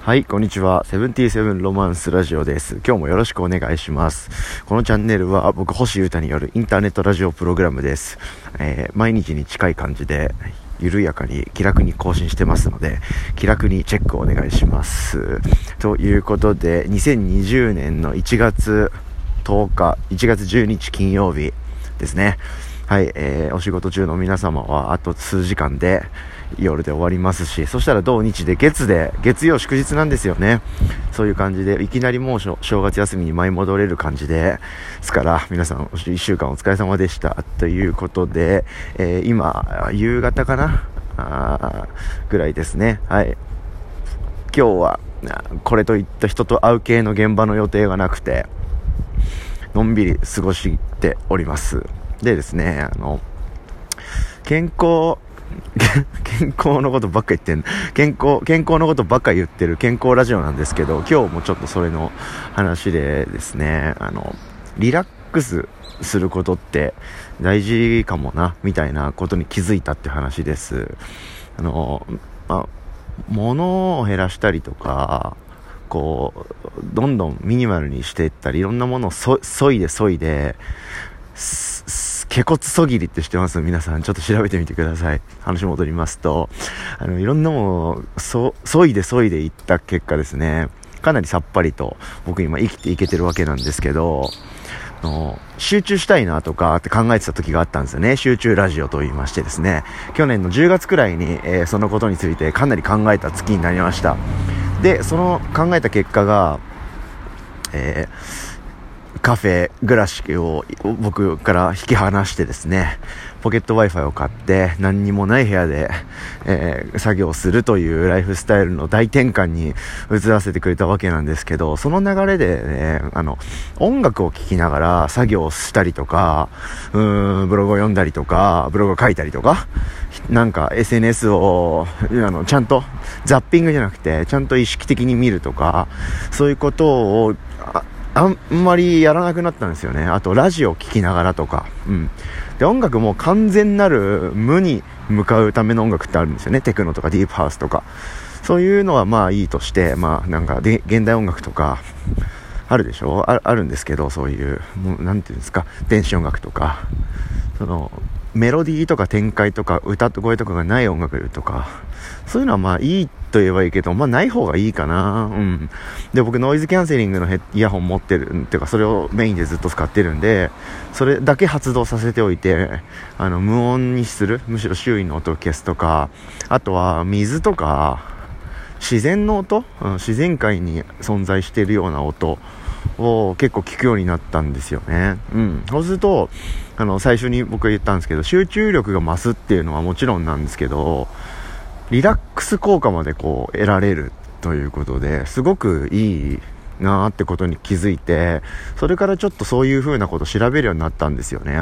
はい、こんにちは。セブンティーセブンロマンスラジオです。今日もよろしくお願いします。このチャンネルは僕星優太によるインターネットラジオプログラムです。毎日に近い感じで緩やかに気楽に更新してますので、気楽にチェックをお願いします。ということで、2020年の1月10日、1月10日金曜日ですね。はい、お仕事中の皆様はあと数時間で夜で終わりますし、そしたら土日で月曜祝日なんですよね。そういう感じでいきなりもう正月休みに舞い戻れる感じですから、皆さん1週間お疲れ様でしたということで、今夕方かなぐらいですね。はい、今日はこれといった人と会う系の現場の予定がなくて、のんびり過ごしております。でですね、健康のことばっか言ってん健康のことばっか言ってる健康ラジオなんですけど、今日もちょっとそれの話でですね、リラックスすることって大事かもなみたいなことに気づいたって話です。物を減らしたりとか、こうどんどんミニマルにしていったり、いろんなものをそいで気骨そぎりって知ってます？皆さんちょっと調べてみてください。話戻りますと、いろんなものをそいでいった結果ですね、かなりさっぱりと僕今生きていけてるわけなんですけど、集中したいなとかって考えてた時があったんですよね。集中ラジオと言いましてですね、去年の10月くらいに、そのことについてかなり考えた月になりました。で、その考えた結果が、カフェ暮らしを僕から引き離してですね、ポケット Wi-Fi を買って何にもない部屋で、作業するというライフスタイルの大転換に移らせてくれたわけなんですけど、その流れでね、音楽を聴きながら作業したりとか、ブログを読んだりとか、ブログを書いたりとか、なんか SNS をちゃんとザッピングじゃなくてちゃんと意識的に見るとか、そういうことをあんまりやらなくなったんですよね。あとラジオを聴きながらとか、で、音楽も完全なる無に向かうための音楽ってあるんですよね。テクノとかディープハウスとか、そういうのはまあいいとして、なんかで現代音楽とかあるでしょ。あるんですけど、そういうなんていうんですか、電子音楽とか、そのメロディーとか展開とか歌声とかがない音楽とか、そういうのはまあいいと言えばいいけど、ない方がいいかな。で、僕ノイズキャンセリングのイヤホン持ってるっていうか、それをメインでずっと使ってるんで、それだけ発動させておいて、無音にする、むしろ周囲の音を消すとか、あとは水とか自然の音、自然界に存在しているような音を結構聞くようになったんですよね。そうすると最初に僕が言ったんですけど、集中力が増すっていうのはもちろんなんですけど、リラックス効果までこう得られるということで、すごくいいなーってことに気づいて、それからちょっとそういう風なことを調べるようになったんですよね。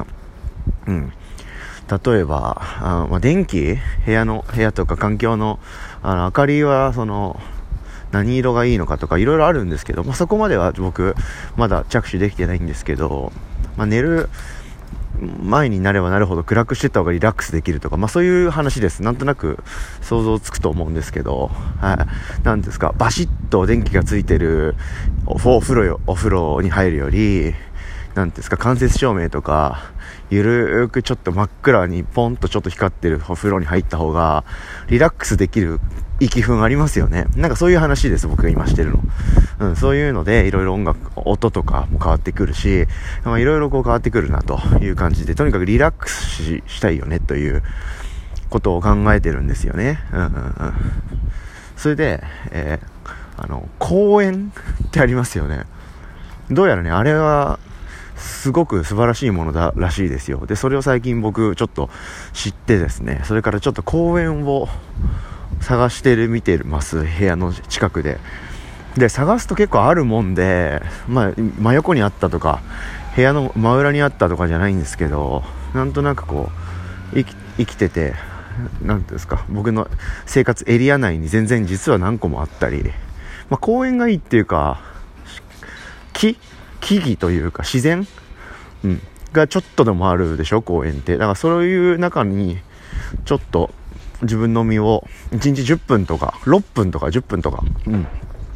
例えば電気、部屋とか環境の明かりは何色がいいのかとかいろいろあるんですけど、そこまでは僕まだ着手できてないんですけど、寝る前になればなるほど暗くしてった方がリラックスできるとか、そういう話です。なんとなく想像つくと思うんですけど、なんですか、バシッと電気がついてるお風呂に入るより、なんですか、間接照明とかゆるーくちょっと真っ暗にポンとちょっと光ってるお風呂に入った方がリラックスできる息分ありますよね。なんかそういう話です、僕が今してるの。そういうのでいろいろ音とかも変わってくるし、いろいろこう変わってくるなという感じで、とにかくリラックスしたいよねということを考えてるんですよね。それで、公園ってありますよね。どうやらね、あれはすごく素晴らしいものだらしいですよ。で、それを最近僕ちょっと知ってですね、それからちょっと公園を探して見てます、部屋の近くで。で、探すと結構あるもんで、真横にあったとか部屋の真裏にあったとかじゃないんですけど、なんとなくこう生きてて、なんていうんですか、僕の生活エリア内に全然実は何個もあったり、公園がいいっていうか、木々というか自然、がちょっとでもあるでしょ、公園って。だからそういう中にちょっと自分の身を1日10分とか6分とか10分とか、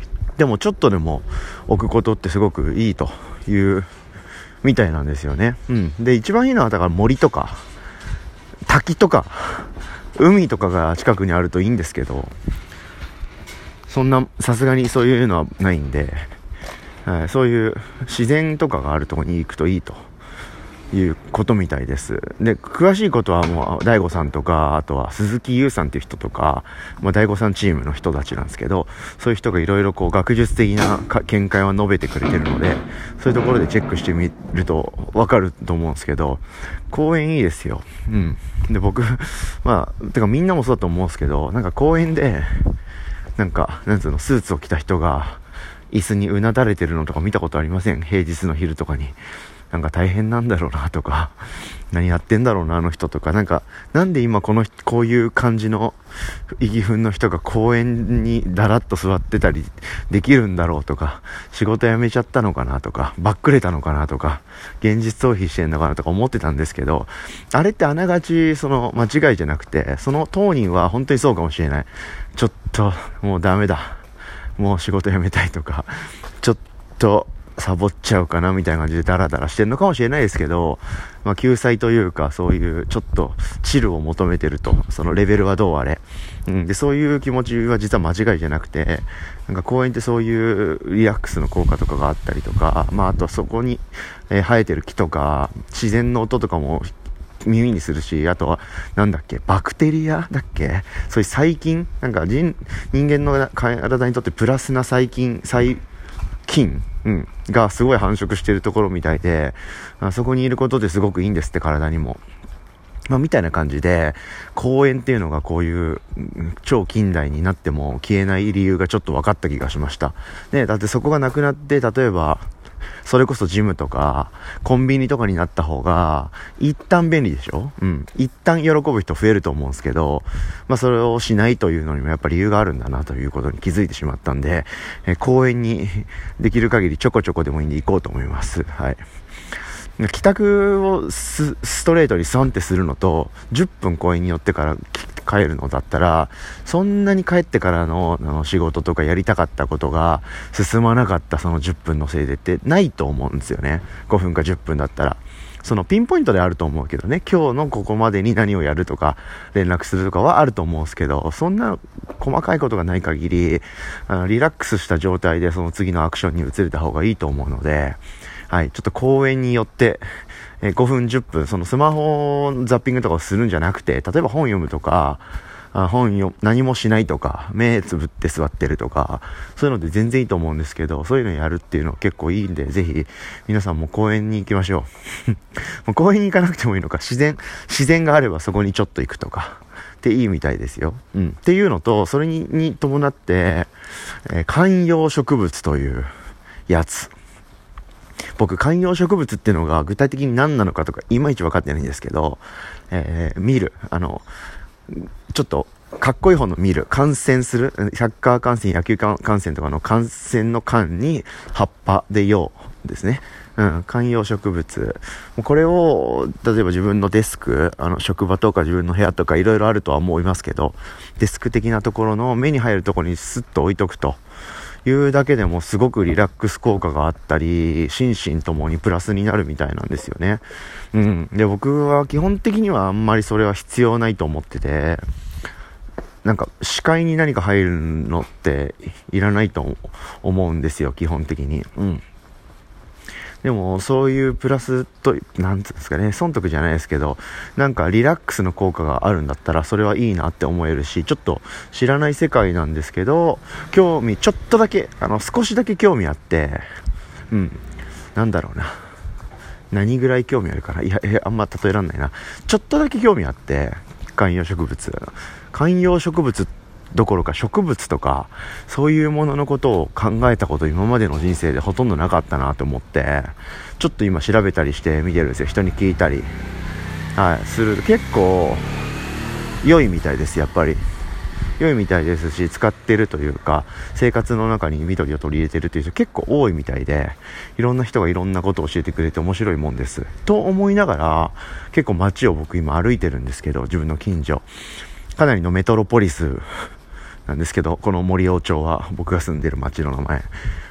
でもちょっとでも置くことってすごくいいというみたいなんですよね。で一番いいのはだから森とか滝とか海とかが近くにあるといいんですけど、そんなさすがにそういうのはないんで、そういう自然とかがあるところに行くといいということみたいです。で詳しいことはもう大悟さんとか、あとは鈴木優さんっていう人とか、大悟さんチームの人たちなんですけど、そういう人がいろいろこう学術的な見解は述べてくれてるので、そういうところでチェックしてみると分かると思うんですけど、公園いいですよ。で僕てかみんなもそうだと思うんですけど、なんか公園でなんつうの、スーツを着た人が椅子にうなだれてるのとか見たことありません？平日の昼とかに。なんか大変なんだろうなとか、何やってんだろうなあの人とか、なんで今こういう感じの意義憤の人が公園にだらっと座ってたりできるんだろうとか、仕事辞めちゃったのかなとか、ばっくれたのかなとか、現実逃避してんのかなとか思ってたんですけど、あれってあながちその間違いじゃなくて、その当人は本当にそうかもしれない。ちょっともうダメだ、もう仕事辞めたいとか、ちょっとサボっちゃうかなみたいな感じでダラダラしてるのかもしれないですけど、救済というか、そういうちょっとチルを求めてると、そのレベルはどうあれ、でそういう気持ちは実は間違いじゃなくて、なんか公園ってそういうリラックスの効果とかがあったりとか、あとはそこに、生えてる木とか自然の音とかも耳にするし、あとはバクテリアだっけ、そういう細菌、なんか人間の体にとってプラスな細菌がすごい繁殖しているところみたいで、そこにいることですごくいいんですって、体にも。みたいな感じで、公園っていうのがこういう超近代になっても消えない理由がちょっと分かった気がしました。だってそこがなくなって、例えばそれこそジムとかコンビニとかになった方が一旦便利でしょ。一旦喜ぶ人増えると思うんですけど、それをしないというのにもやっぱり理由があるんだなということに気づいてしまったんで、公園にできる限りちょこちょこでもいいんで行こうと思います。帰宅をストレートにスンってするのと、10分公園に寄ってから帰るのだったら、そんなに帰ってからの仕事とかやりたかったことが進まなかったその10分のせいでってないと思うんですよね。5分か10分だったらそのピンポイントであると思うけどね、今日のここまでに何をやるとか連絡するとかはあると思うんですけど、そんな細かいことがない限りリラックスした状態でその次のアクションに移れた方がいいと思うので、ちょっと公園によって5分10分そのスマホザッピングとかをするんじゃなくて、例えば本読むとか、何もしないとか、目つぶって座ってるとか、そういうので全然いいと思うんですけど、そういうのやるっていうのは結構いいんで、ぜひ皆さんも公園に行きましょう。もう公園に行かなくてもいいのか、自然があればそこにちょっと行くとかっていいみたいですよ。っていうのと、それに伴って、観葉植物というやつ。僕観葉植物っていうのが具体的に何なのかとかいまいち分かってないんですけど、見るちょっとかっこいい方の見る、観戦する、サッカー観戦、野球観戦とかの観戦の観に葉っぱで葉ですね。観葉植物、これを例えば自分のデスク、職場とか自分の部屋とかいろいろあるとは思いますけど、デスク的なところの目に入るところにスッと置いとくというだけでもすごくリラックス効果があったり、心身ともにプラスになるみたいなんですよね。で僕は基本的にはあんまりそれは必要ないと思ってて、なんか視界に何か入るのっていらないと思うんですよ、基本的に。でもそういうプラスとなんつうんですかね、損得じゃないですけど、なんかリラックスの効果があるんだったらそれはいいなって思えるし、ちょっと知らない世界なんですけど、ちょっとだけ少しだけ興味あって、なんだろうな、何ぐらい興味あるかな、あんま例えらんないな。ちょっとだけ興味あって、観葉植物どころか植物とかそういうもののことを考えたこと今までの人生でほとんどなかったなと思って、ちょっと今調べたりして見てるんですよ。人に聞いたりすると結構良いみたいです。やっぱり良いみたいですし、使ってるというか生活の中に緑を取り入れてるという人結構多いみたいで、いろんな人がいろんなことを教えてくれて面白いもんですと思いながら、結構街を僕今歩いてるんですけど、自分の近所かなりのメトロポリスなんですけど、この森尾町は僕が住んでる町の名前。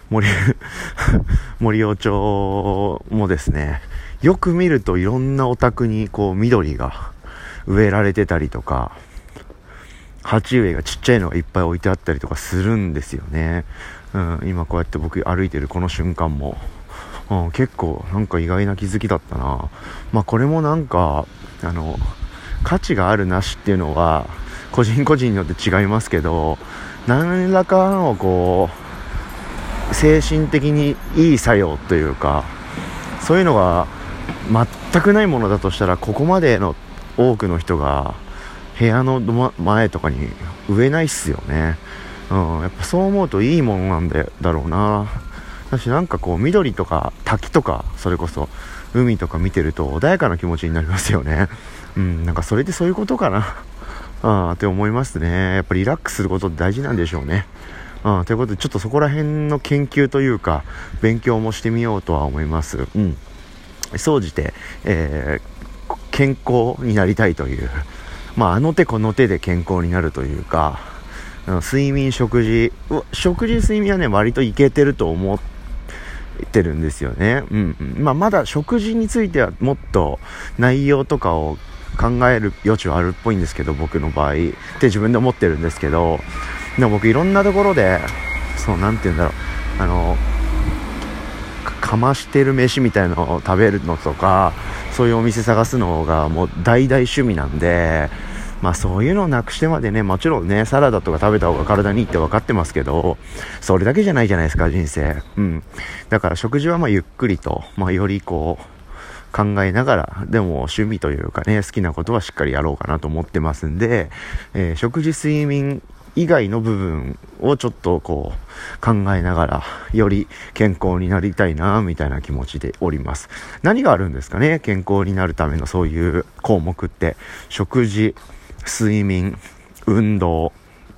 森尾町もですね、よく見るといろんなお宅にこう緑が植えられてたりとか、鉢植えがちっちゃいのがいっぱい置いてあったりとかするんですよね。今こうやって僕歩いてるこの瞬間も、結構なんか意外な気づきだったな。これもなんか価値があるなしっていうのは個人個人によって違いますけど、何らかのこう精神的にいい作用というか、そういうのが全くないものだとしたら、ここまでの多くの人が部屋の前とかに植えないっすよね。やっぱそう思うといいものなんだろうな。私なんかこう緑とか滝とか、それこそ海とか見てると穏やかな気持ちになりますよね。なんかそれってそういうことかなって思いますね。やっぱりリラックスすることって大事なんでしょうね。ということでちょっとそこら辺の研究というか勉強もしてみようとは思います。総じて、健康になりたいという、あの手この手で健康になるというか、睡眠食事睡眠はね割といけてると思ってるんですよね。まだ食事についてはもっと内容とかを考える余地はあるっぽいんですけど、僕の場合って自分で思ってるんですけど、でも僕いろんなところでなんて言うんだろう、かましてる飯みたいなのを食べるのとか、そういうお店探すのがもう大趣味なんで、そういうのをなくしてまでね、もちろんねサラダとか食べた方が体にいいって分かってますけど、それだけじゃないじゃないですか人生。だから食事はゆっくりと、よりこう考えながら、でも趣味というかね、好きなことはしっかりやろうかなと思ってますんで、食事睡眠以外の部分をちょっとこう考えながら、より健康になりたいなみたいな気持ちでおります。何があるんですかね、健康になるためのそういう項目って。食事、睡眠、運動、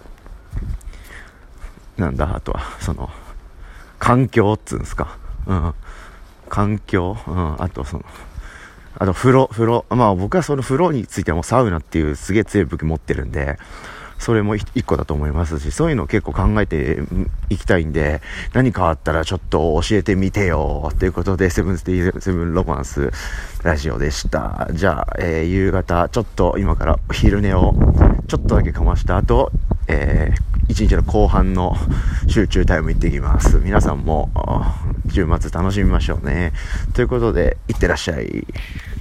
あとは環境っつうんですか、環境、あと風呂、僕はその風呂についてはもうサウナっていうすげえ強い武器持ってるんで、それも一個だと思いますし、そういうのを結構考えていきたいんで、何かあったらちょっと教えてみてよということで、セブンスティーセブンロマンスラジオでした。じゃあ、夕方ちょっと今から昼寝をちょっとだけかました後、一日の後半の集中タイム行ってきます。皆さんも週末楽しみましょうね。ということで、いってらっしゃい。